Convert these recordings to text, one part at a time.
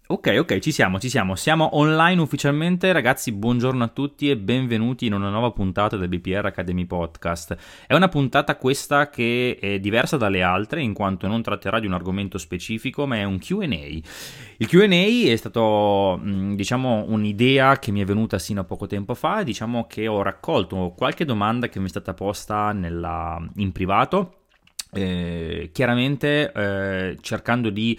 Ok, siamo online ufficialmente, ragazzi, buongiorno a tutti e benvenuti in una nuova puntata del BPR Academy Podcast. È una puntata questa che è diversa dalle altre in quanto non tratterà di un argomento specifico, ma è un Q&A. Il Q&A è stato, diciamo, un'idea che mi è venuta sino a poco tempo fa, diciamo che ho raccolto qualche domanda che mi è stata posta in privato. Chiaramente cercando di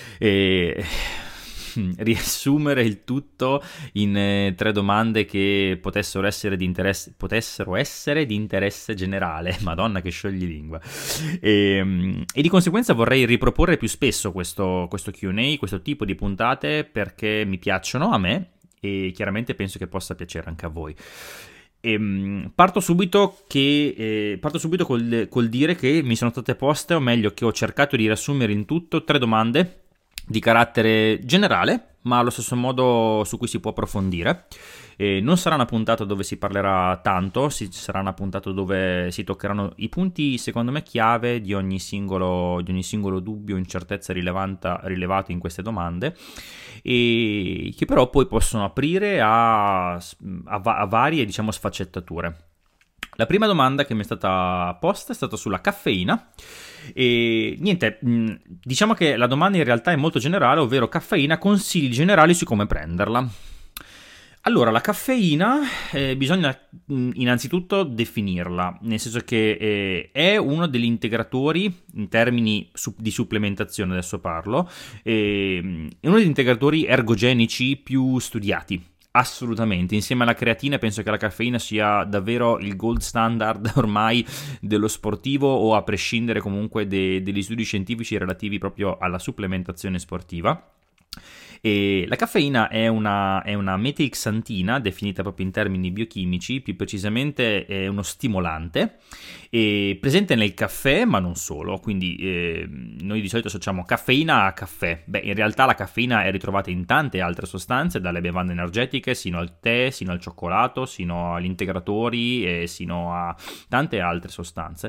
riassumere il tutto in tre domande che potessero essere di interesse generale. Madonna che scioglilingua. E di conseguenza vorrei riproporre più spesso questo Q&A, questo tipo di puntate, perché mi piacciono a me e chiaramente penso che possa piacere anche a voi. Parto subito col dire che mi sono state poste, o meglio che ho cercato di riassumere in tutto, tre domande di carattere generale, ma allo stesso modo su cui si può approfondire. Non sarà una puntata dove si parlerà tanto, sarà una puntata dove si toccheranno i punti, secondo me, chiave di ogni singolo dubbio, incertezza rilevato in queste domande, e che però poi possono aprire a varie, diciamo, sfaccettature. La prima domanda che mi è stata posta è stata sulla caffeina. E niente, diciamo che la domanda in realtà è molto generale, ovvero caffeina, consigli generali su come prenderla. Allora, la caffeina bisogna innanzitutto definirla, nel senso che è uno degli integratori, in termini di supplementazione adesso parlo, è uno degli integratori ergogenici più studiati. Assolutamente, insieme alla creatina penso che la caffeina sia davvero il gold standard ormai dello sportivo, o a prescindere comunque degli studi scientifici relativi proprio alla supplementazione sportiva. E la caffeina è una metilxantina, definita proprio in termini biochimici, più precisamente è uno stimolante, presente nel caffè ma non solo, quindi noi di solito associamo caffeina a caffè. Beh, in realtà la caffeina è ritrovata in tante altre sostanze, dalle bevande energetiche sino al tè, sino al cioccolato, sino agli integratori e sino a tante altre sostanze.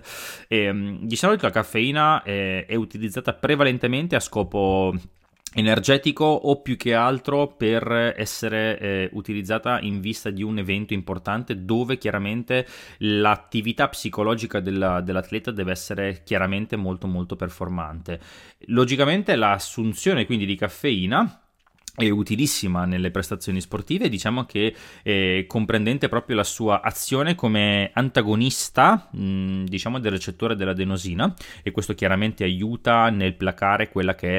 Di solito la caffeina è utilizzata prevalentemente a scopo energetico, o più che altro per essere utilizzata in vista di un evento importante dove chiaramente l'attività psicologica dell'atleta deve essere chiaramente molto molto performante. Logicamente l'assunzione quindi di caffeina è utilissima nelle prestazioni sportive, diciamo che comprendente proprio la sua azione come antagonista, diciamo, del recettore dell'adenosina, e questo chiaramente aiuta nel placare quella che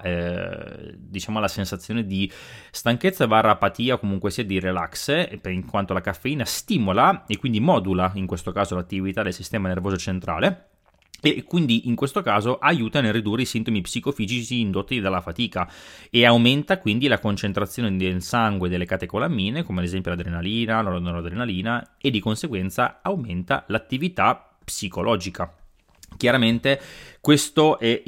è diciamo la sensazione di stanchezza / apatia, comunque sia di relax, in quanto la caffeina stimola e quindi modula in questo caso l'attività del sistema nervoso centrale, e quindi in questo caso aiuta nel ridurre i sintomi psicofisici indotti dalla fatica, e aumenta quindi la concentrazione nel sangue delle catecolamine, come ad esempio l'adrenalina, la noradrenalina, e di conseguenza aumenta l'attività psicologica. Chiaramente questo è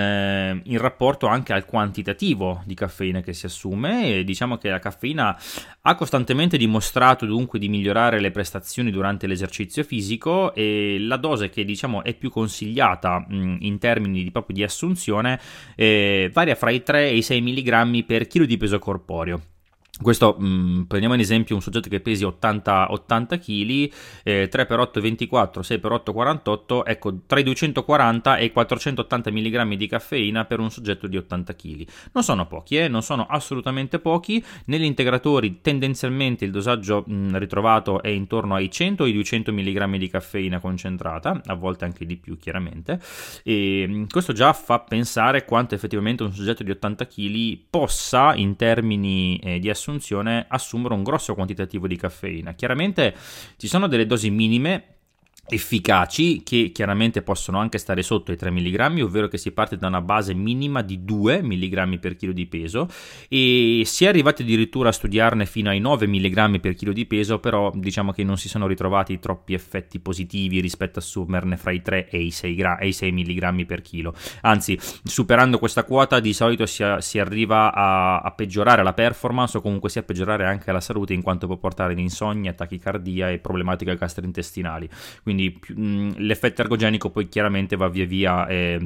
in rapporto anche al quantitativo di caffeina che si assume, e diciamo che la caffeina ha costantemente dimostrato dunque di migliorare le prestazioni durante l'esercizio fisico, e la dose che diciamo è più consigliata in termini proprio di assunzione varia fra i 3 e i 6 mg per chilo di peso corporeo. Questo, prendiamo ad esempio un soggetto che pesi 80 kg, 3x8 24, 6x8 48, ecco, tra i 240 e i 480 mg di caffeina per un soggetto di 80 kg. Non sono pochi, non sono assolutamente pochi. Negli integratori tendenzialmente il dosaggio ritrovato è intorno ai 100 o ai 200 mg di caffeina concentrata, a volte anche di più chiaramente, e questo già fa pensare quanto effettivamente un soggetto di 80 kg possa, in termini di assunzione, assumere un grosso quantitativo di caffeina. Chiaramente ci sono delle dosi minime efficaci che chiaramente possono anche stare sotto i 3 mg, ovvero che si parte da una base minima di 2 mg per chilo di peso, e si è arrivati addirittura a studiarne fino ai 9 mg per chilo di peso, però diciamo che non si sono ritrovati troppi effetti positivi rispetto a assumerne fra i 3 e i 6 mg per chilo. Anzi, superando questa quota di solito si arriva a peggiorare la performance, o comunque sia a peggiorare anche la salute, in quanto può portare ad insonnia, tachicardia e problematiche gastrointestinali. Quindi l'effetto ergogenico poi chiaramente va via via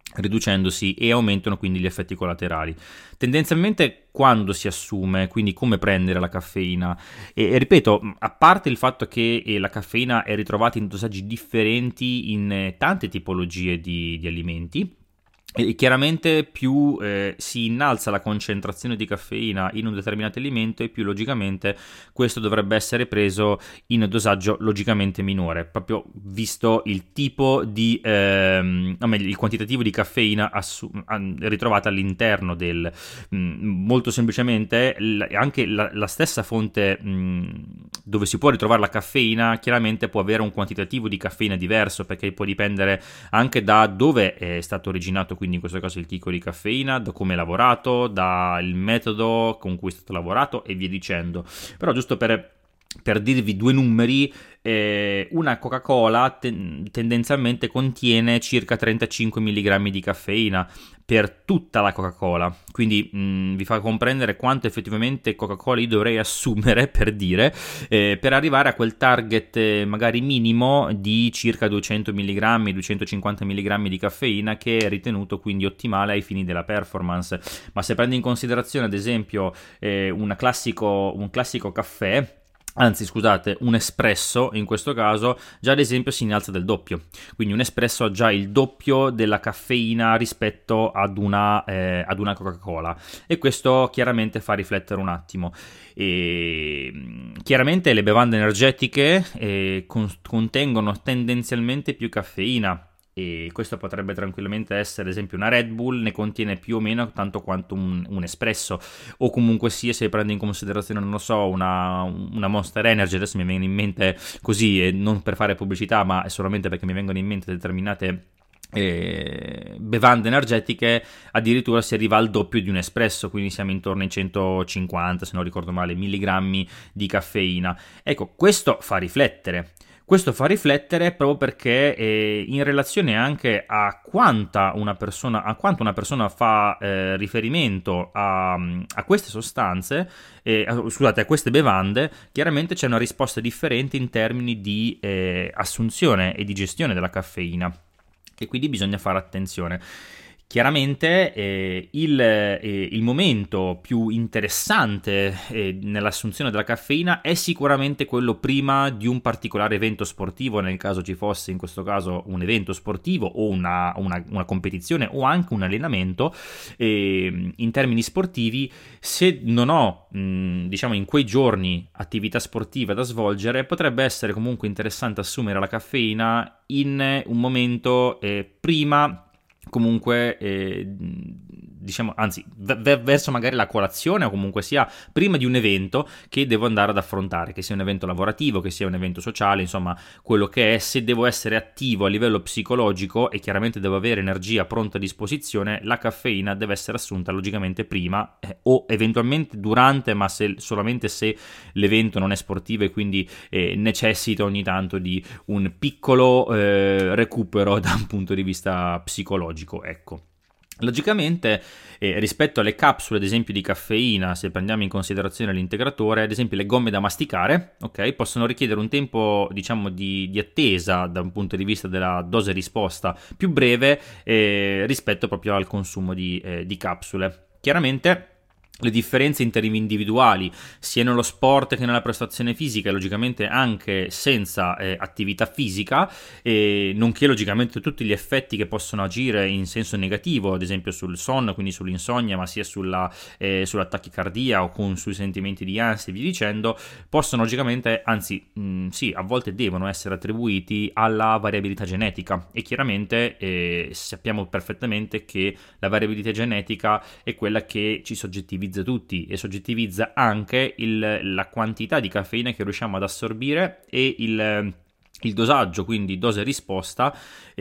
riducendosi, e aumentano quindi gli effetti collaterali. Tendenzialmente quando si assume, quindi come prendere la caffeina, e ripeto, a parte il fatto che la caffeina è ritrovata in dosaggi differenti in tante tipologie di alimenti, e chiaramente più si innalza la concentrazione di caffeina in un determinato alimento, e più logicamente questo dovrebbe essere preso in dosaggio logicamente minore, proprio visto il tipo di, o meglio, il quantitativo di caffeina ritrovata all'interno del. Molto semplicemente, anche la stessa fonte dove si può ritrovare la caffeina chiaramente può avere un quantitativo di caffeina diverso, perché può dipendere anche da dove è stato originato, quindi in questo caso il chicco di caffeina, da come è lavorato, dal metodo con cui è stato lavorato e via dicendo. Però giusto per dirvi due numeri, una Coca-Cola tendenzialmente contiene circa 35 mg di caffeina per tutta la Coca-Cola, quindi vi fa comprendere quanto effettivamente Coca-Cola io dovrei assumere, per dire, per arrivare a quel target magari minimo di circa 200 mg, 250 mg di caffeina, che è ritenuto quindi ottimale ai fini della performance. Ma se prendi in considerazione ad esempio un classico caffè, anzi scusate, un espresso in questo caso, già ad esempio si innalza del doppio, quindi un espresso ha già il doppio della caffeina rispetto ad una Coca-Cola, e questo chiaramente fa riflettere un attimo. E chiaramente le bevande energetiche contengono tendenzialmente più caffeina, e questo potrebbe tranquillamente essere, ad esempio, una Red Bull ne contiene più o meno tanto quanto un espresso, o comunque sia, se prendi in considerazione, non lo so, una Monster Energy. Adesso mi viene in mente così, e non per fare pubblicità, ma è solamente perché mi vengono in mente determinate bevande energetiche, addirittura si arriva al doppio di un espresso, quindi siamo intorno ai 150, se non ricordo male, milligrammi di caffeina. Ecco, questo fa riflettere. Questo fa riflettere proprio perché in relazione anche a quanto una persona fa riferimento a queste sostanze, scusate, a queste bevande, chiaramente c'è una risposta differente in termini di assunzione e di gestione della caffeina, e quindi bisogna fare attenzione. Chiaramente il momento più interessante nell'assunzione della caffeina è sicuramente quello prima di un particolare evento sportivo, nel caso ci fosse in questo caso un evento sportivo o una competizione o anche un allenamento. In termini sportivi, se non ho diciamo in quei giorni attività sportiva da svolgere, potrebbe essere comunque interessante assumere la caffeina in un momento prima, comunque diciamo, anzi verso magari la colazione, o comunque sia prima di un evento che devo andare ad affrontare, che sia un evento lavorativo, che sia un evento sociale, insomma quello che è. Se devo essere attivo a livello psicologico e chiaramente devo avere energia pronta a disposizione, la caffeina deve essere assunta logicamente prima o eventualmente durante, ma solamente se l'evento non è sportivo e quindi necessita ogni tanto di un piccolo recupero da un punto di vista psicologico, ecco. Logicamente rispetto alle capsule ad esempio di caffeina, se prendiamo in considerazione l'integratore, ad esempio le gomme da masticare, ok, possono richiedere un tempo diciamo di attesa da un punto di vista della dose risposta più breve rispetto proprio al consumo di capsule. Chiaramente le differenze in termini individuali, sia nello sport che nella prestazione fisica, e logicamente anche senza attività fisica, nonché logicamente tutti gli effetti che possono agire in senso negativo, ad esempio sul sonno, quindi sull'insonnia, ma sia sulla tachicardia o sui sentimenti di ansia e via dicendo, possono logicamente, anzi sì, a volte devono essere attribuiti alla variabilità genetica. E chiaramente sappiamo perfettamente che la variabilità genetica è quella che ci soggettivizza tutti, e soggettivizza anche la quantità di caffeina che riusciamo ad assorbire e il dosaggio, quindi dose risposta,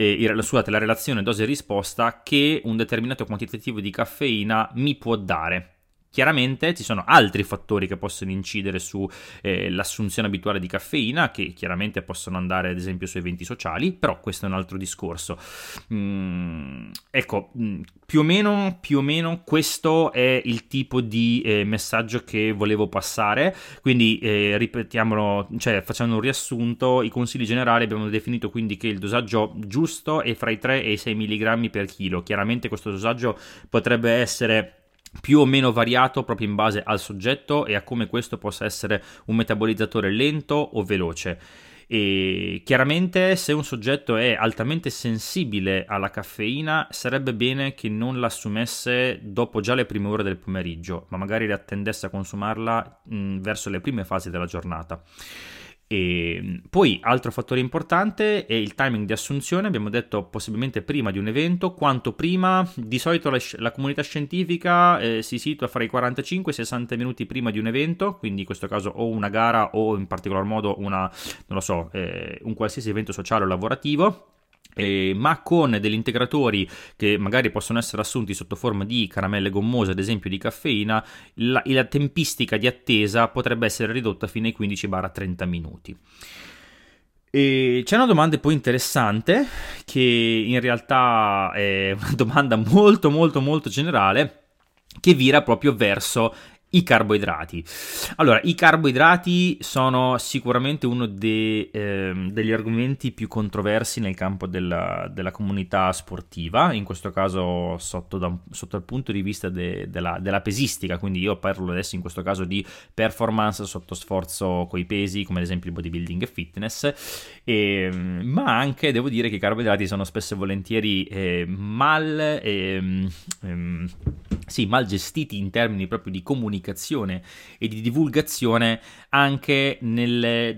la relazione dose risposta che un determinato quantitativo di caffeina mi può dare. Chiaramente ci sono altri fattori che possono incidere su l'assunzione abituale di caffeina, che chiaramente possono andare ad esempio su eventi sociali, però questo è un altro discorso. Ecco, più o meno questo è il tipo di messaggio che volevo passare, quindi ripetiamolo, cioè facendo un riassunto, i consigli generali abbiamo definito quindi che il dosaggio giusto è fra i 3 e i 6 mg per chilo. Chiaramente questo dosaggio potrebbe essere più o meno variato proprio in base al soggetto e a come questo possa essere un metabolizzatore lento o veloce. E chiaramente se un soggetto è altamente sensibile alla caffeina sarebbe bene che non l'assumesse dopo già le prime ore del pomeriggio, ma magari attendesse a consumarla verso le prime fasi della giornata. E poi altro fattore importante è il timing di assunzione. Abbiamo detto possibilmente prima di un evento. Quanto prima? Di solito la comunità scientifica si situa fra i 45 e i 60 minuti prima di un evento, quindi in questo caso o una gara o in particolar modo un qualsiasi evento sociale o lavorativo. Ma con degli integratori che magari possono essere assunti sotto forma di caramelle gommose, ad esempio di caffeina, la tempistica di attesa potrebbe essere ridotta fino ai 15-30 minuti. E c'è una domanda poi interessante, che in realtà è una domanda molto molto molto generale, che vira proprio verso i carboidrati. Allora, i carboidrati sono sicuramente uno degli argomenti più controversi nel campo della comunità sportiva, in questo caso sotto il punto di vista della pesistica, quindi io parlo adesso in questo caso di performance sotto sforzo coi pesi, come ad esempio il bodybuilding e fitness, ma anche devo dire che i carboidrati sono spesso e volentieri mal gestiti in termini proprio di comunicazione e di divulgazione anche nelle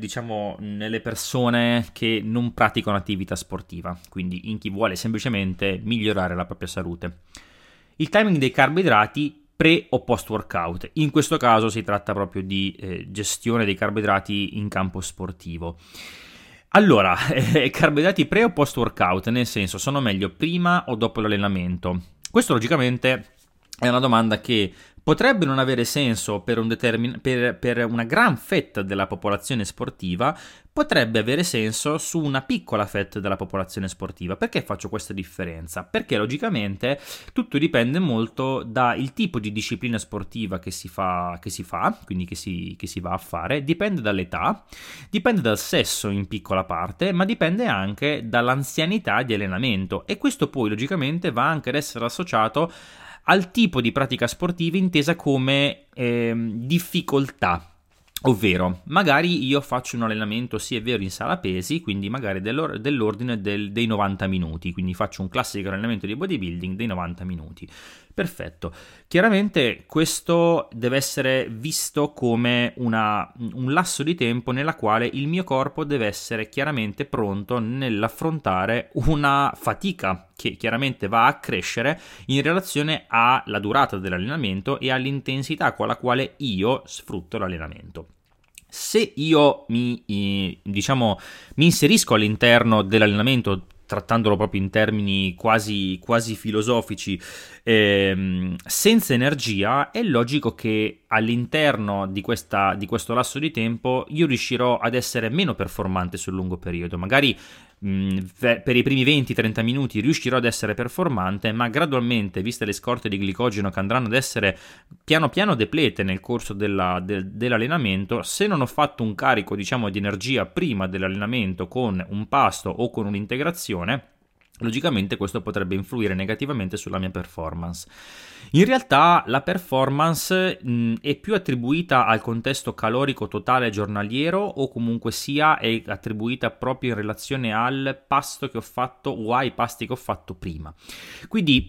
persone che non praticano attività sportiva, quindi in chi vuole semplicemente migliorare la propria salute. Il timing dei carboidrati pre o post workout, in questo caso si tratta proprio di gestione dei carboidrati in campo sportivo. Allora, carboidrati pre o post workout, nel senso, sono meglio prima o dopo l'allenamento? Questo logicamente è una domanda che potrebbe non avere senso per una gran fetta della popolazione sportiva, potrebbe avere senso su una piccola fetta della popolazione sportiva. Perché faccio questa differenza? Perché logicamente tutto dipende molto dal tipo di disciplina sportiva che si fa, quindi che si va a fare, dipende dall'età, dipende dal sesso in piccola parte, ma dipende anche dall'anzianità di allenamento, e questo poi logicamente va anche ad essere associato al tipo di pratica sportiva intesa come difficoltà. Ovvero, magari io faccio un allenamento, sì è vero, in sala pesi, quindi magari dell'ordine dei 90 minuti, quindi faccio un classico allenamento di bodybuilding dei 90 minuti. Perfetto. Chiaramente questo deve essere visto come un lasso di tempo nella quale il mio corpo deve essere chiaramente pronto nell'affrontare una fatica che chiaramente va a crescere in relazione alla durata dell'allenamento e all'intensità con la quale io sfrutto l'allenamento. Se io mi inserisco all'interno dell'allenamento, trattandolo proprio in termini quasi filosofici, senza energia, è logico che all'interno di questo lasso di tempo io riuscirò ad essere meno performante sul lungo periodo. Magari per i primi 20-30 minuti riuscirò ad essere performante, ma gradualmente, viste le scorte di glicogeno che andranno ad essere piano piano deplete nel corso dell'allenamento, se non ho fatto un carico di energia prima dell'allenamento con un pasto o con un'integrazione, logicamente questo potrebbe influire negativamente sulla mia performance. In realtà la performance è più attribuita al contesto calorico totale giornaliero, o comunque sia è attribuita proprio in relazione al pasto che ho fatto o ai pasti che ho fatto prima. Quindi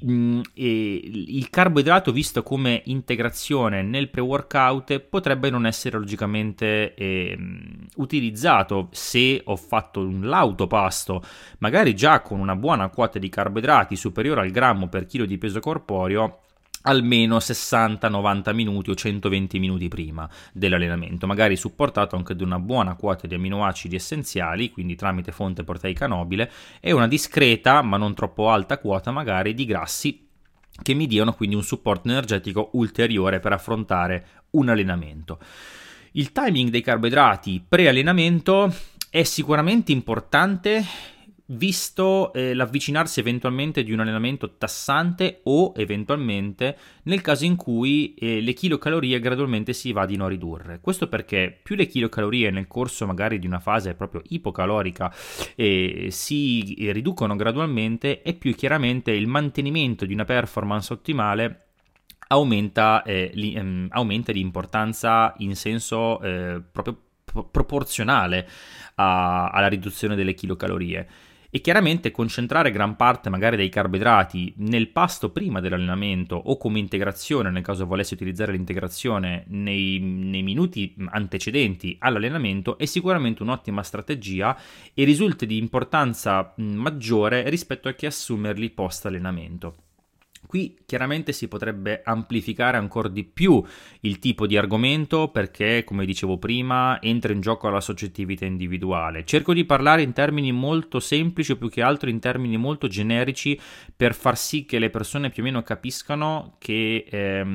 il carboidrato visto come integrazione nel pre-workout potrebbe non essere logicamente utilizzato se ho fatto un lauto pasto, magari già con una buona quota di carboidrati superiore al grammo per chilo di peso corporeo, almeno 60-90 minuti o 120 minuti prima dell'allenamento, magari supportato anche da una buona quota di aminoacidi essenziali, quindi tramite fonte proteica nobile, e una discreta ma non troppo alta quota magari di grassi che mi diano quindi un supporto energetico ulteriore per affrontare un allenamento. Il timing dei carboidrati pre-allenamento è sicuramente importante, visto l'avvicinarsi eventualmente di un allenamento tassante o eventualmente nel caso in cui le chilocalorie gradualmente si vadino a ridurre. Questo perché più le chilocalorie nel corso magari di una fase proprio ipocalorica si riducono gradualmente, e più chiaramente il mantenimento di una performance ottimale aumenta di importanza in senso proprio proporzionale alla riduzione delle chilocalorie. E chiaramente concentrare gran parte magari dei carboidrati nel pasto prima dell'allenamento o come integrazione, nel caso volessi utilizzare l'integrazione nei minuti antecedenti all'allenamento, è sicuramente un'ottima strategia e risulta di importanza maggiore rispetto a che assumerli post allenamento. Qui chiaramente si potrebbe amplificare ancora di più il tipo di argomento, perché, come dicevo prima, entra in gioco la soggettività individuale. Cerco di parlare in termini molto semplici o più che altro in termini molto generici, per far sì che le persone più o meno capiscano che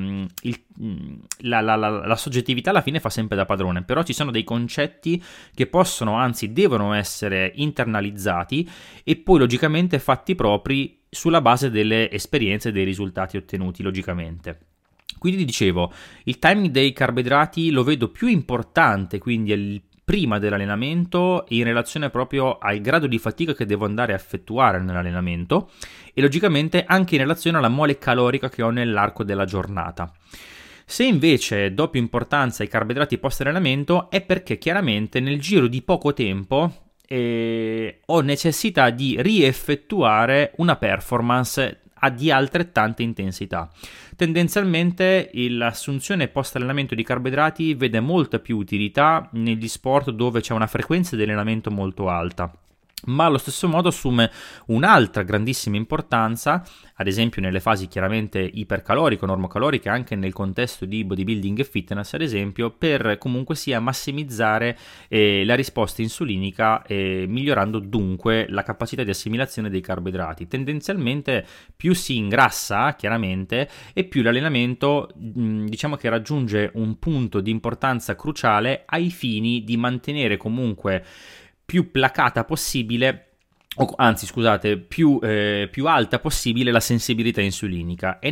la soggettività alla fine fa sempre da padrone, però ci sono dei concetti che possono, anzi devono essere internalizzati e poi logicamente fatti propri sulla base delle esperienze e dei risultati ottenuti, logicamente. Quindi dicevo, il timing dei carboidrati lo vedo più importante, quindi prima dell'allenamento, in relazione proprio al grado di fatica che devo andare a effettuare nell'allenamento, e logicamente anche in relazione alla mole calorica che ho nell'arco della giornata. Se invece do più importanza ai carboidrati post allenamento, è perché chiaramente nel giro di poco tempo ho necessità di rieffettuare una performance di altrettanta intensità. Tendenzialmente l'assunzione post allenamento di carboidrati vede molta più utilità negli sport dove c'è una frequenza di allenamento molto alta, ma allo stesso modo assume un'altra grandissima importanza, ad esempio nelle fasi chiaramente ipercaloriche, normocaloriche, anche nel contesto di bodybuilding e fitness, ad esempio, per comunque sia massimizzare la risposta insulinica, migliorando dunque la capacità di assimilazione dei carboidrati. Tendenzialmente più si ingrassa chiaramente e più l'allenamento diciamo che raggiunge un punto di importanza cruciale ai fini di mantenere comunque più placata possibile, anzi scusate, più alta possibile la sensibilità insulinica, ed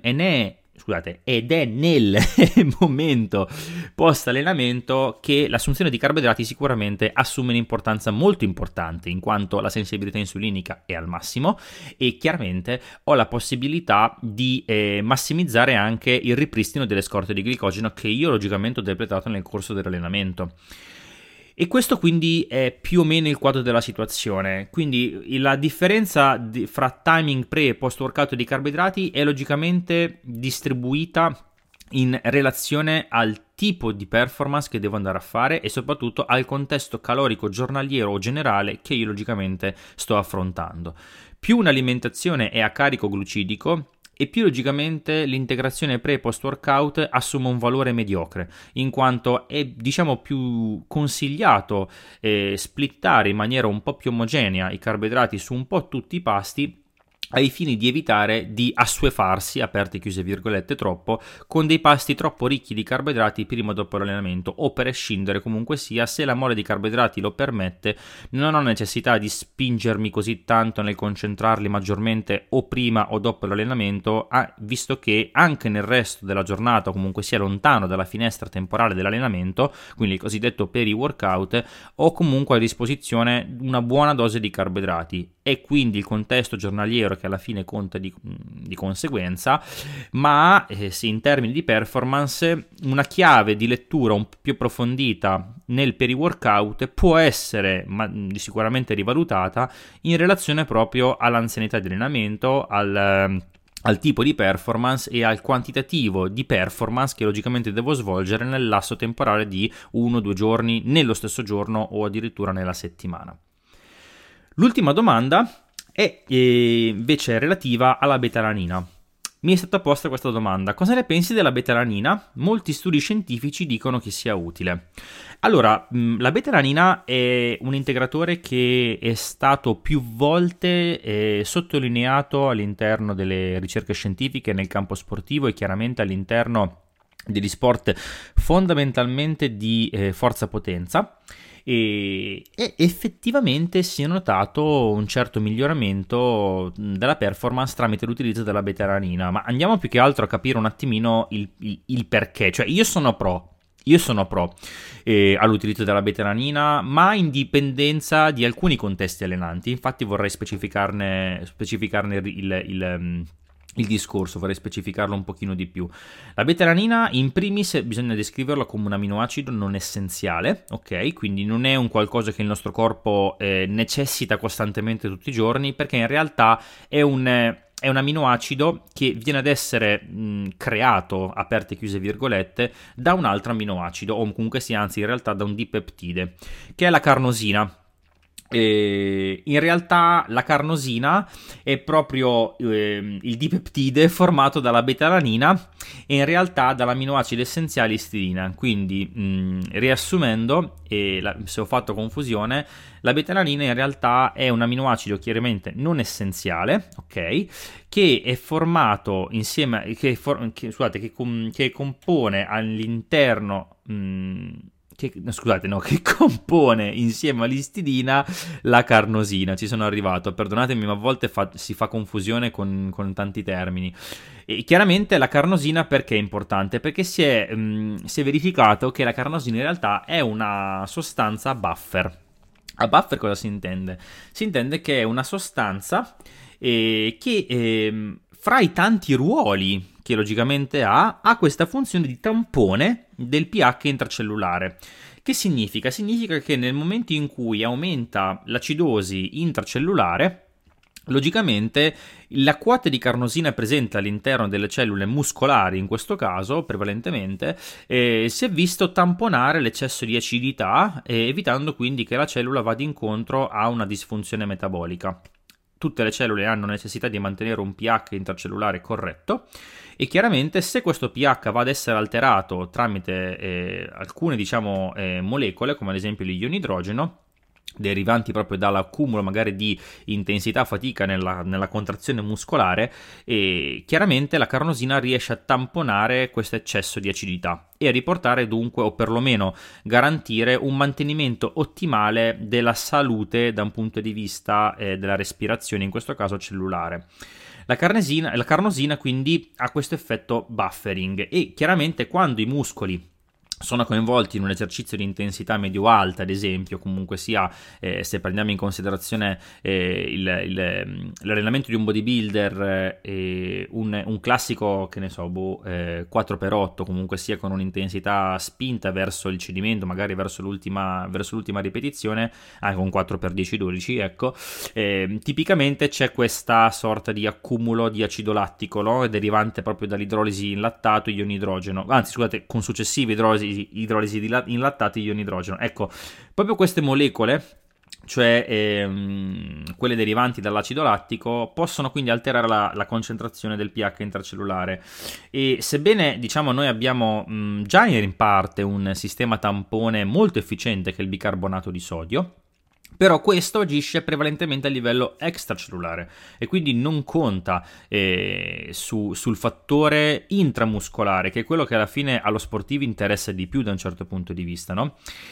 è nel momento post allenamento che l'assunzione di carboidrati sicuramente assume un'importanza molto importante, in quanto la sensibilità insulinica è al massimo e chiaramente ho la possibilità di massimizzare anche il ripristino delle scorte di glicogeno che io logicamente ho depletato nel corso dell'allenamento. E questo quindi è più o meno il quadro della situazione. Quindi la differenza fra timing pre e post workout di carboidrati è logicamente distribuita in relazione al tipo di performance che devo andare a fare e soprattutto al contesto calorico giornaliero o generale che io logicamente sto affrontando. Più un'alimentazione è a carico glucidico, e più logicamente l'integrazione pre e post workout assume un valore mediocre, in quanto è diciamo più consigliato splittare in maniera un po' più omogenea i carboidrati su un po' tutti i pasti, ai fini di evitare di assuefarsi, aperte e chiuse virgolette, troppo, con dei pasti troppo ricchi di carboidrati prima o dopo l'allenamento, o per scindere comunque sia, se la mole di carboidrati lo permette, non ho necessità di spingermi così tanto nel concentrarli maggiormente o prima o dopo l'allenamento, visto che anche nel resto della giornata, o comunque sia lontano dalla finestra temporale dell'allenamento, quindi il cosiddetto peri-workout, ho comunque a disposizione una buona dose di carboidrati, e quindi il contesto giornaliero che alla fine conta di conseguenza, ma se in termini di performance una chiave di lettura un po' più approfondita nel peri-workout può essere sicuramente rivalutata in relazione proprio all'anzianità di allenamento, al tipo di performance e al quantitativo di performance che logicamente devo svolgere nel lasso temporale di 1 o 2 giorni, nello stesso giorno o addirittura nella settimana. L'ultima domanda è invece relativa alla beta-alanina. mi è stata posta questa domanda: cosa ne pensi della beta-alanina? Molti studi scientifici dicono che sia utile. Allora, la beta-alanina è un integratore che è stato più volte sottolineato all'interno delle ricerche scientifiche nel campo sportivo e chiaramente all'interno degli sport fondamentalmente di forza-potenza. E effettivamente si è notato un certo miglioramento della performance tramite l'utilizzo della beta-alanina, ma andiamo più che altro a capire un attimino il perché. Cioè io sono pro all'utilizzo della beta-alanina, ma in dipendenza di alcuni contesti allenanti. Infatti vorrei specificarne il discorso, vorrei specificarlo un pochino di più. La beta-alanina in primis bisogna descriverla come un aminoacido non essenziale, ok? Quindi non è un qualcosa che il nostro corpo necessita costantemente tutti i giorni, perché in realtà è un aminoacido che viene ad essere creato, aperte e chiuse virgolette, da un altro aminoacido, o comunque sia, anzi in realtà da un dipeptide, che è la carnosina. In realtà la carnosina è proprio il dipeptide formato dalla beta-alanina e in realtà dall'aminoacido essenziale istidina. Quindi riassumendo, se ho fatto confusione, la beta-alanina in realtà è un aminoacido chiaramente non essenziale, ok? Che è formato insieme, che compone all'interno che compone insieme all'istidina la carnosina. Ci sono arrivato, perdonatemi, ma a volte si fa confusione con tanti termini. E chiaramente la carnosina perché è importante? Perché si è verificato che la carnosina in realtà è una sostanza buffer. A buffer cosa si intende? Si intende che è una sostanza che fra i tanti ruoli che logicamente ha questa funzione di tampone del pH intracellulare. Che significa? Significa che nel momento in cui aumenta l'acidosi intracellulare, logicamente la quota di carnosina presente all'interno delle cellule muscolari, in questo caso prevalentemente, si è visto tamponare l'eccesso di acidità, evitando quindi che la cellula vada incontro a una disfunzione metabolica. Tutte le cellule hanno necessità di mantenere un pH intracellulare corretto e chiaramente se questo pH va ad essere alterato tramite alcune molecole, come ad esempio gli ioni idrogeno, derivanti proprio dall'accumulo magari di intensità fatica nella contrazione muscolare, e chiaramente la carnosina riesce a tamponare questo eccesso di acidità e a riportare dunque, o perlomeno garantire, un mantenimento ottimale della salute da un punto di vista della respirazione, in questo caso cellulare. La carnosina quindi ha questo effetto buffering e chiaramente quando i muscoli sono coinvolti in un esercizio di intensità medio-alta, ad esempio, comunque sia, se prendiamo in considerazione l'allenamento di un bodybuilder, un classico, che ne so, 4x8, comunque sia con un'intensità spinta verso il cedimento, magari verso l'ultima ripetizione, anche con 4x10-12, ecco, tipicamente c'è questa sorta di accumulo di acido lattico, no? Derivante proprio dall'idrolisi in lattato, ioni idrogeno, anzi scusate, con successive idrolisi in lattati ioni idrogeno. Ecco, proprio queste molecole, cioè quelle derivanti dall'acido lattico, possono quindi alterare la concentrazione del pH intracellulare. E sebbene noi abbiamo già in parte un sistema tampone molto efficiente che è il bicarbonato di sodio, però questo agisce prevalentemente a livello extracellulare e quindi non conta sul fattore intramuscolare, che è quello che alla fine allo sportivo interessa di più da un certo punto di vista, no?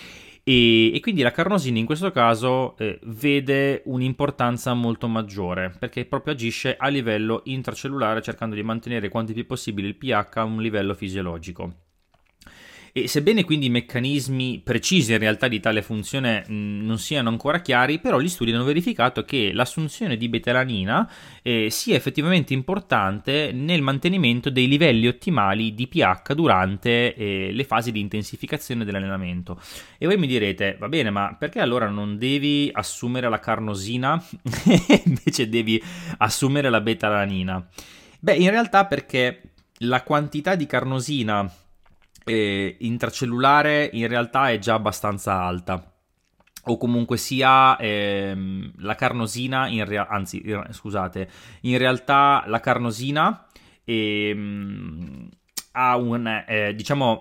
E quindi la carnosina in questo caso vede un'importanza molto maggiore, perché proprio agisce a livello intracellulare, cercando di mantenere quanto più possibile il pH a un livello fisiologico. E sebbene quindi i meccanismi precisi in realtà di tale funzione non siano ancora chiari, però gli studi hanno verificato che l'assunzione di beta-alanina sia effettivamente importante nel mantenimento dei livelli ottimali di pH durante le fasi di intensificazione dell'allenamento. E voi mi direte, va bene, ma perché allora non devi assumere la carnosina e invece devi assumere la beta-alanina? Beh, in realtà perché la quantità di carnosina intracellulare in realtà è già abbastanza alta, o comunque sia la carnosina in realtà la carnosina e ha diciamo,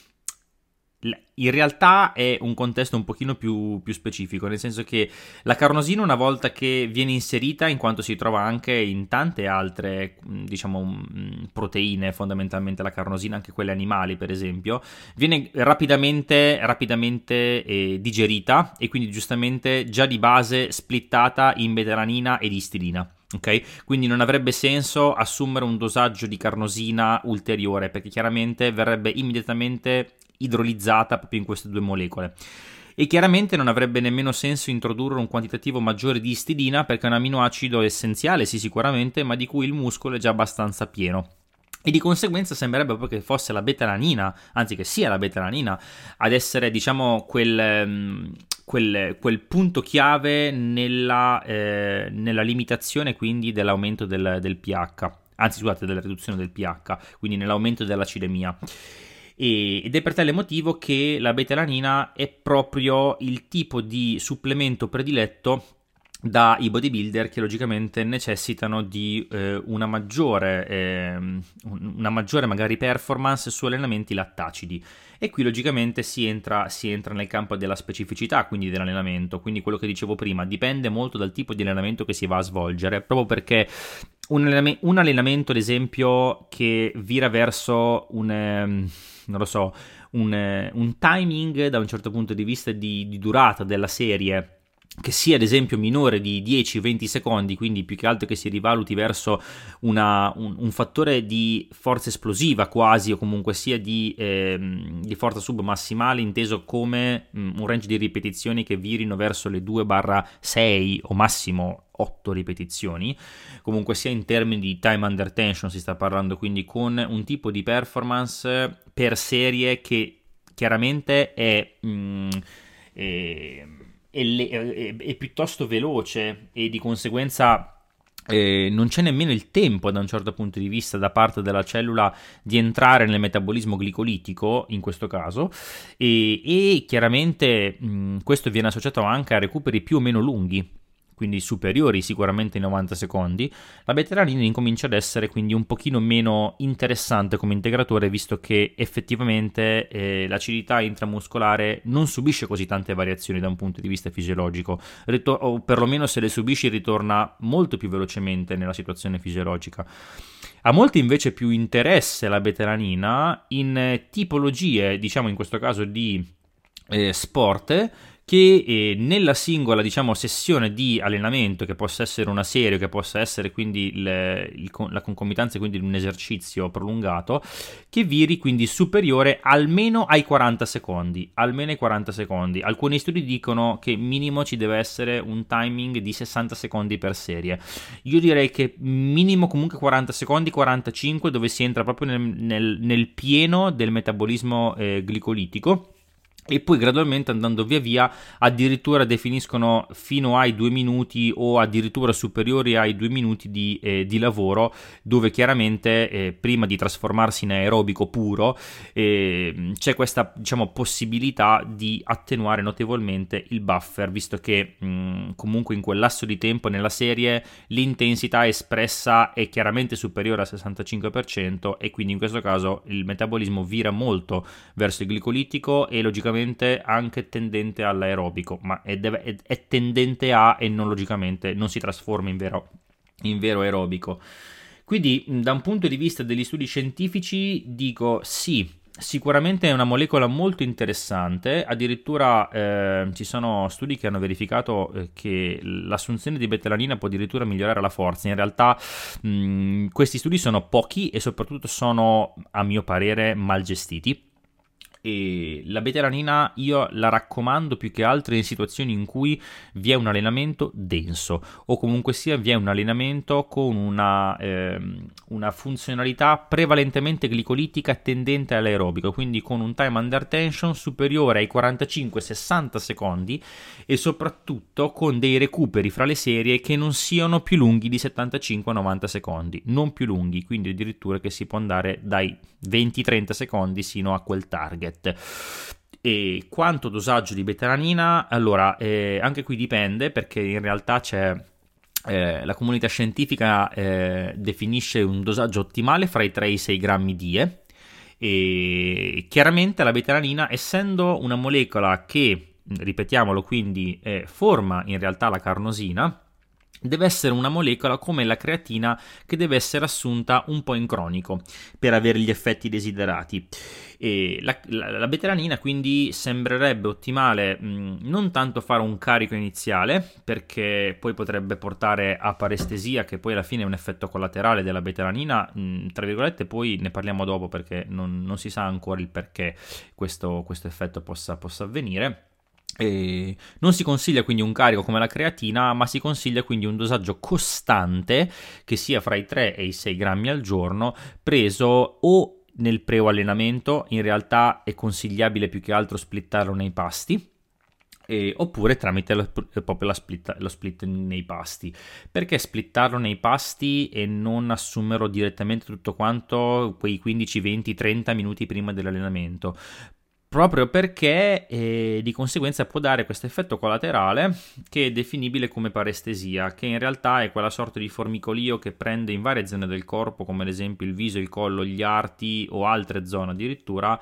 in realtà è un contesto un pochino più specifico, nel senso che la carnosina, una volta che viene inserita, in quanto si trova anche in tante altre, diciamo, proteine, fondamentalmente la carnosina, anche quelle animali per esempio, viene rapidamente digerita e quindi giustamente già di base splittata in betalanina ed istilina. Ok, quindi non avrebbe senso assumere un dosaggio di carnosina ulteriore, perché chiaramente verrebbe immediatamente idrolizzata proprio in queste due molecole. E chiaramente non avrebbe nemmeno senso introdurre un quantitativo maggiore di istilina, perché è un aminoacido essenziale, sì, sicuramente, ma di cui il muscolo è già abbastanza pieno. E di conseguenza sembrerebbe proprio che fosse la betalanina, anzi che sia la betalanina, ad essere, diciamo, quel punto chiave nella limitazione quindi dell'aumento del pH, anzi scusate, della riduzione del pH, quindi nell'aumento dell'acidemia. Ed è per tale motivo che la betalanina è proprio il tipo di supplemento prediletto dai bodybuilder, che logicamente necessitano di una maggiore magari performance su allenamenti lattacidi. E qui logicamente si entra nel campo della specificità, quindi dell'allenamento. Quindi quello che dicevo prima dipende molto dal tipo di allenamento che si va a svolgere, proprio perché un allenamento, ad esempio, che vira verso un timing da un certo punto di vista di durata della serie, che sia ad esempio minore di 10-20 secondi, quindi più che altro che si rivaluti verso un fattore di forza esplosiva quasi, o comunque sia di forza submassimale, inteso come un range di ripetizioni che virino verso le 2-6 o massimo 8 ripetizioni, comunque sia in termini di time under tension si sta parlando, quindi con un tipo di performance per serie che chiaramente è piuttosto veloce, e di conseguenza non c'è nemmeno il tempo da un certo punto di vista da parte della cellula di entrare nel metabolismo glicolitico in questo caso, e chiaramente questo viene associato anche a recuperi più o meno lunghi, quindi superiori sicuramente ai 90 secondi. La betalanina incomincia ad essere quindi un pochino meno interessante come integratore, visto che effettivamente l'acidità intramuscolare non subisce così tante variazioni da un punto di vista fisiologico, o perlomeno se le subisce ritorna molto più velocemente nella situazione fisiologica. A molti invece più interessa la betalanina in tipologie, diciamo in questo caso di sport, che nella singola, diciamo, sessione di allenamento, che possa essere una serie, che possa essere quindi la concomitanza quindi di un esercizio prolungato, che viri quindi superiore almeno ai 40 secondi, almeno ai 40 secondi. Alcuni studi dicono che minimo ci deve essere un timing di 60 secondi per serie. Io direi che minimo comunque 40 secondi, 45, dove si entra proprio nel pieno del metabolismo glicolitico. E poi gradualmente, andando via via, addirittura definiscono fino ai 2 minuti o addirittura superiori ai 2 minuti di lavoro, dove chiaramente prima di trasformarsi in aerobico puro c'è questa, diciamo, possibilità di attenuare notevolmente il buffer, visto che comunque in quel lasso di tempo nella serie l'intensità espressa è chiaramente superiore al 65%, e quindi in questo caso il metabolismo vira molto verso il glicolitico e logicamente anche tendente all'aerobico, ma è tendente a, e non logicamente non si trasforma in vero aerobico. Quindi da un punto di vista degli studi scientifici dico sì, sicuramente è una molecola molto interessante. Addirittura ci sono studi che hanno verificato che l'assunzione di betalanina può addirittura migliorare la forza. In realtà questi studi sono pochi e soprattutto sono, a mio parere, mal gestiti. E la betalanina io la raccomando più che altro in situazioni in cui vi è un allenamento denso, o comunque sia vi è un allenamento con una funzionalità prevalentemente glicolitica tendente all'aerobico, quindi con un time under tension superiore ai 45-60 secondi, e soprattutto con dei recuperi fra le serie che non siano più lunghi di 75-90 secondi, non più lunghi, quindi addirittura che si può andare dai 20-30 secondi sino a quel target. E quanto dosaggio di betalanina? Allora, anche qui dipende, perché in realtà c'è la comunità scientifica definisce un dosaggio ottimale fra i 3 e i 6 grammi die. E chiaramente la beta-alanina, essendo una molecola che, ripetiamolo, quindi forma in realtà la carnosina, deve essere una molecola come la creatina che deve essere assunta un po' in cronico per avere gli effetti desiderati. E la beta-alanina quindi sembrerebbe ottimale non tanto fare un carico iniziale, perché poi potrebbe portare a parestesia, che poi alla fine è un effetto collaterale della beta-alanina, tra virgolette. Poi ne parliamo dopo, perché non si sa ancora il perché questo effetto possa avvenire. E non si consiglia quindi un carico come la creatina, ma si consiglia quindi un dosaggio costante che sia fra i 3 e i 6 grammi al giorno, preso o nel pre-allenamento. In realtà è consigliabile più che altro splittarlo nei pasti, oppure tramite proprio lo split nei pasti. Perché splittarlo nei pasti e non assumerlo direttamente tutto quanto quei 15, 20, 30 minuti prima dell'allenamento? Proprio perché di conseguenza può dare questo effetto collaterale che è definibile come parestesia, che in realtà è quella sorta di formicolio che prende in varie zone del corpo, come ad esempio il viso, il collo, gli arti o altre zone addirittura,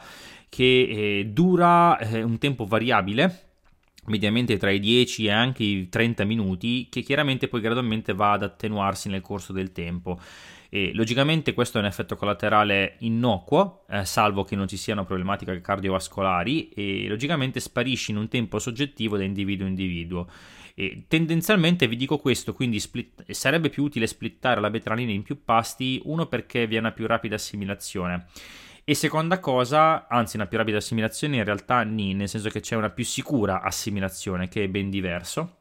che dura un tempo variabile, mediamente tra i 10 e anche i 30 minuti, che chiaramente poi gradualmente va ad attenuarsi nel corso del tempo. E logicamente questo è un effetto collaterale innocuo, salvo che non ci siano problematiche cardiovascolari, e logicamente sparisce in un tempo soggettivo da individuo a individuo. E tendenzialmente vi dico questo, quindi sarebbe più utile splittare la beta-alanina in più pasti, uno perché vi è una più rapida assimilazione, e seconda cosa, anzi una più rapida assimilazione in realtà nel senso che c'è una più sicura assimilazione, che è ben diverso.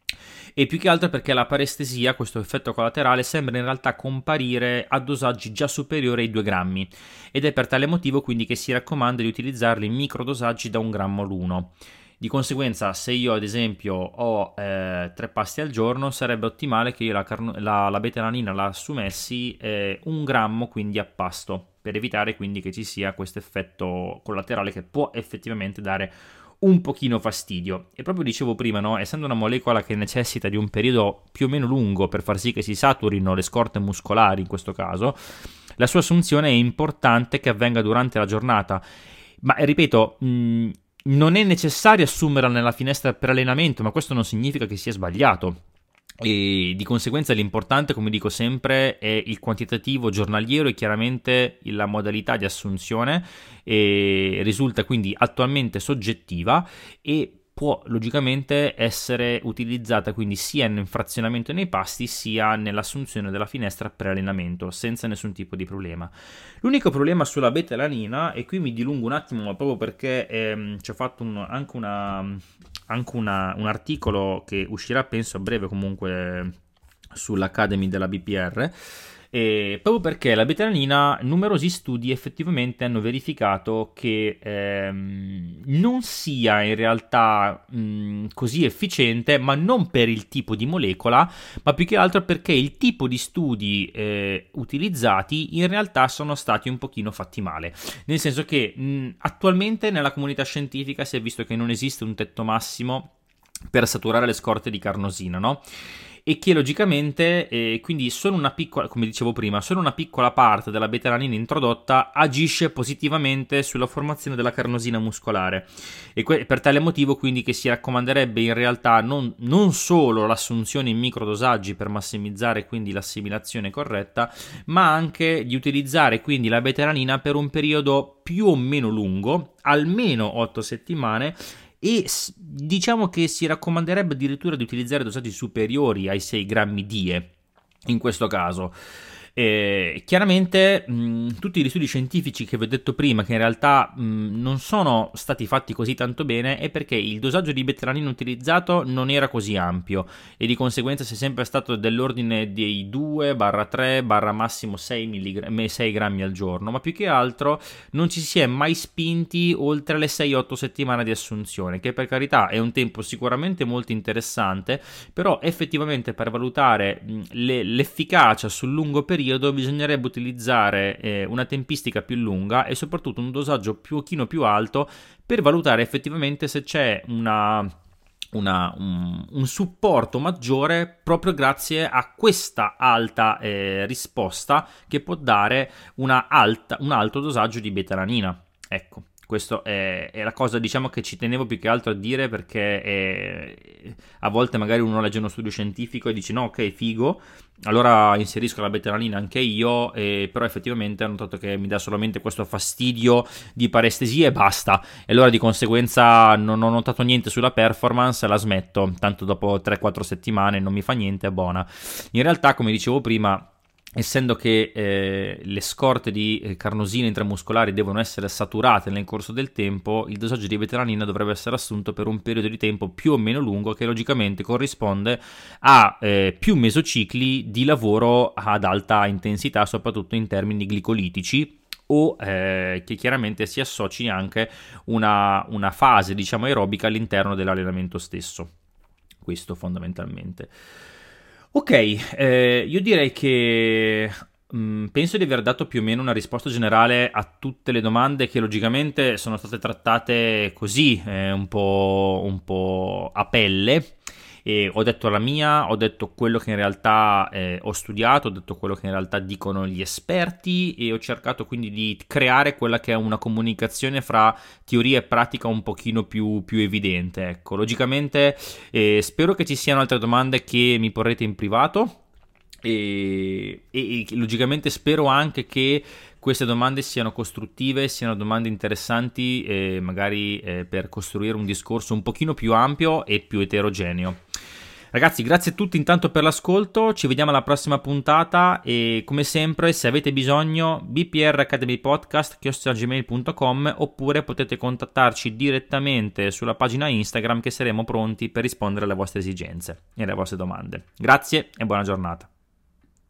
E più che altro perché la parestesia, questo effetto collaterale, sembra in realtà comparire a dosaggi già superiori ai 2 grammi, ed è per tale motivo quindi che si raccomanda di utilizzarli in microdosaggi da 1 grammo l'uno. Di conseguenza, se io ad esempio ho 3 pasti al giorno, sarebbe ottimale che io la beta-alanina la assumessi 1 grammo quindi a pasto, per evitare quindi che ci sia questo effetto collaterale che può effettivamente dare un pochino fastidio. E proprio dicevo prima, no? Essendo una molecola che necessita di un periodo più o meno lungo per far sì che si saturino le scorte muscolari, in questo caso, la sua assunzione è importante che avvenga durante la giornata. Ma ripeto, non è necessario assumerla nella finestra per allenamento, ma questo non significa che sia sbagliato. E di conseguenza l'importante, come dico sempre, è il quantitativo giornaliero e chiaramente la modalità di assunzione, e risulta quindi attualmente soggettiva e può logicamente essere utilizzata quindi sia nel frazionamento nei pasti sia nell'assunzione della finestra pre-allenamento senza nessun tipo di problema. L'unico problema sulla beta-alanina, e qui mi dilungo un attimo, ma proprio perché ci ho fatto anche un articolo che uscirà penso a breve comunque sull'Academy della BPR, e proprio perché la beta-alanina, numerosi studi effettivamente hanno verificato che non sia in realtà così efficiente, ma non per il tipo di molecola, ma più che altro perché il tipo di studi utilizzati in realtà sono stati un pochino fatti male, nel senso che attualmente nella comunità scientifica si è visto che non esiste un tetto massimo per saturare le scorte di carnosina, no? E che logicamente, quindi solo una piccola, come dicevo prima, solo una piccola parte della beta-alanina introdotta agisce positivamente sulla formazione della carnosina muscolare, e per tale motivo quindi che si raccomanderebbe in realtà non solo l'assunzione in microdosaggi per massimizzare quindi l'assimilazione corretta, ma anche di utilizzare quindi la beta-alanina per un periodo più o meno lungo, almeno 8 settimane, e diciamo che si raccomanderebbe addirittura di utilizzare dosaggi superiori ai 6 grammi die in questo caso. Chiaramente tutti gli studi scientifici che vi ho detto prima, che in realtà non sono stati fatti così tanto bene, è perché il dosaggio di beta-alanina utilizzato non era così ampio, e di conseguenza si è sempre stato dell'ordine dei 2-3 massimo 6 grammi al giorno, ma più che altro non ci si è mai spinti oltre le 6-8 settimane di assunzione, che per carità è un tempo sicuramente molto interessante, però effettivamente per valutare l'efficacia sul lungo periodo bisognerebbe utilizzare una tempistica più lunga e soprattutto un dosaggio un pochino più alto per valutare effettivamente se c'è un supporto maggiore proprio grazie a questa alta risposta che può dare un alto dosaggio di beta-alanina. Ecco, questa è la cosa, diciamo, che ci tenevo più che altro a dire, perché a volte magari uno legge uno studio scientifico e dice no, ok, figo, allora inserisco la beta-alanina anche io, però effettivamente ho notato che mi dà solamente questo fastidio di parestesia e basta, e allora di conseguenza non ho notato niente sulla performance, la smetto, tanto dopo 3-4 settimane non mi fa niente, è buona. In realtà, come dicevo prima, essendo che le scorte di carnosine intramuscolari devono essere saturate nel corso del tempo, il dosaggio di beta-alanina dovrebbe essere assunto per un periodo di tempo più o meno lungo, che logicamente corrisponde a più mesocicli di lavoro ad alta intensità, soprattutto in termini glicolitici, o che chiaramente si associ anche una fase, diciamo, aerobica all'interno dell'allenamento stesso. Questo fondamentalmente. Ok, io direi che penso di aver dato più o meno una risposta generale a tutte le domande, che logicamente sono state trattate così, un po' a pelle. E ho detto la mia, ho detto quello che in realtà ho studiato, ho detto quello che in realtà dicono gli esperti, e ho cercato quindi di creare quella che è una comunicazione fra teoria e pratica un pochino più evidente. Ecco, logicamente spero che ci siano altre domande che mi porrete in privato, e logicamente spero anche che queste domande siano costruttive, siano domande interessanti, magari per costruire un discorso un pochino più ampio e più eterogeneo. Ragazzi, grazie a tutti intanto per l'ascolto, ci vediamo alla prossima puntata, e come sempre, se avete bisogno, bpracademypodcast@gmail.com, oppure potete contattarci direttamente sulla pagina Instagram, che saremo pronti per rispondere alle vostre esigenze e alle vostre domande. Grazie e buona giornata.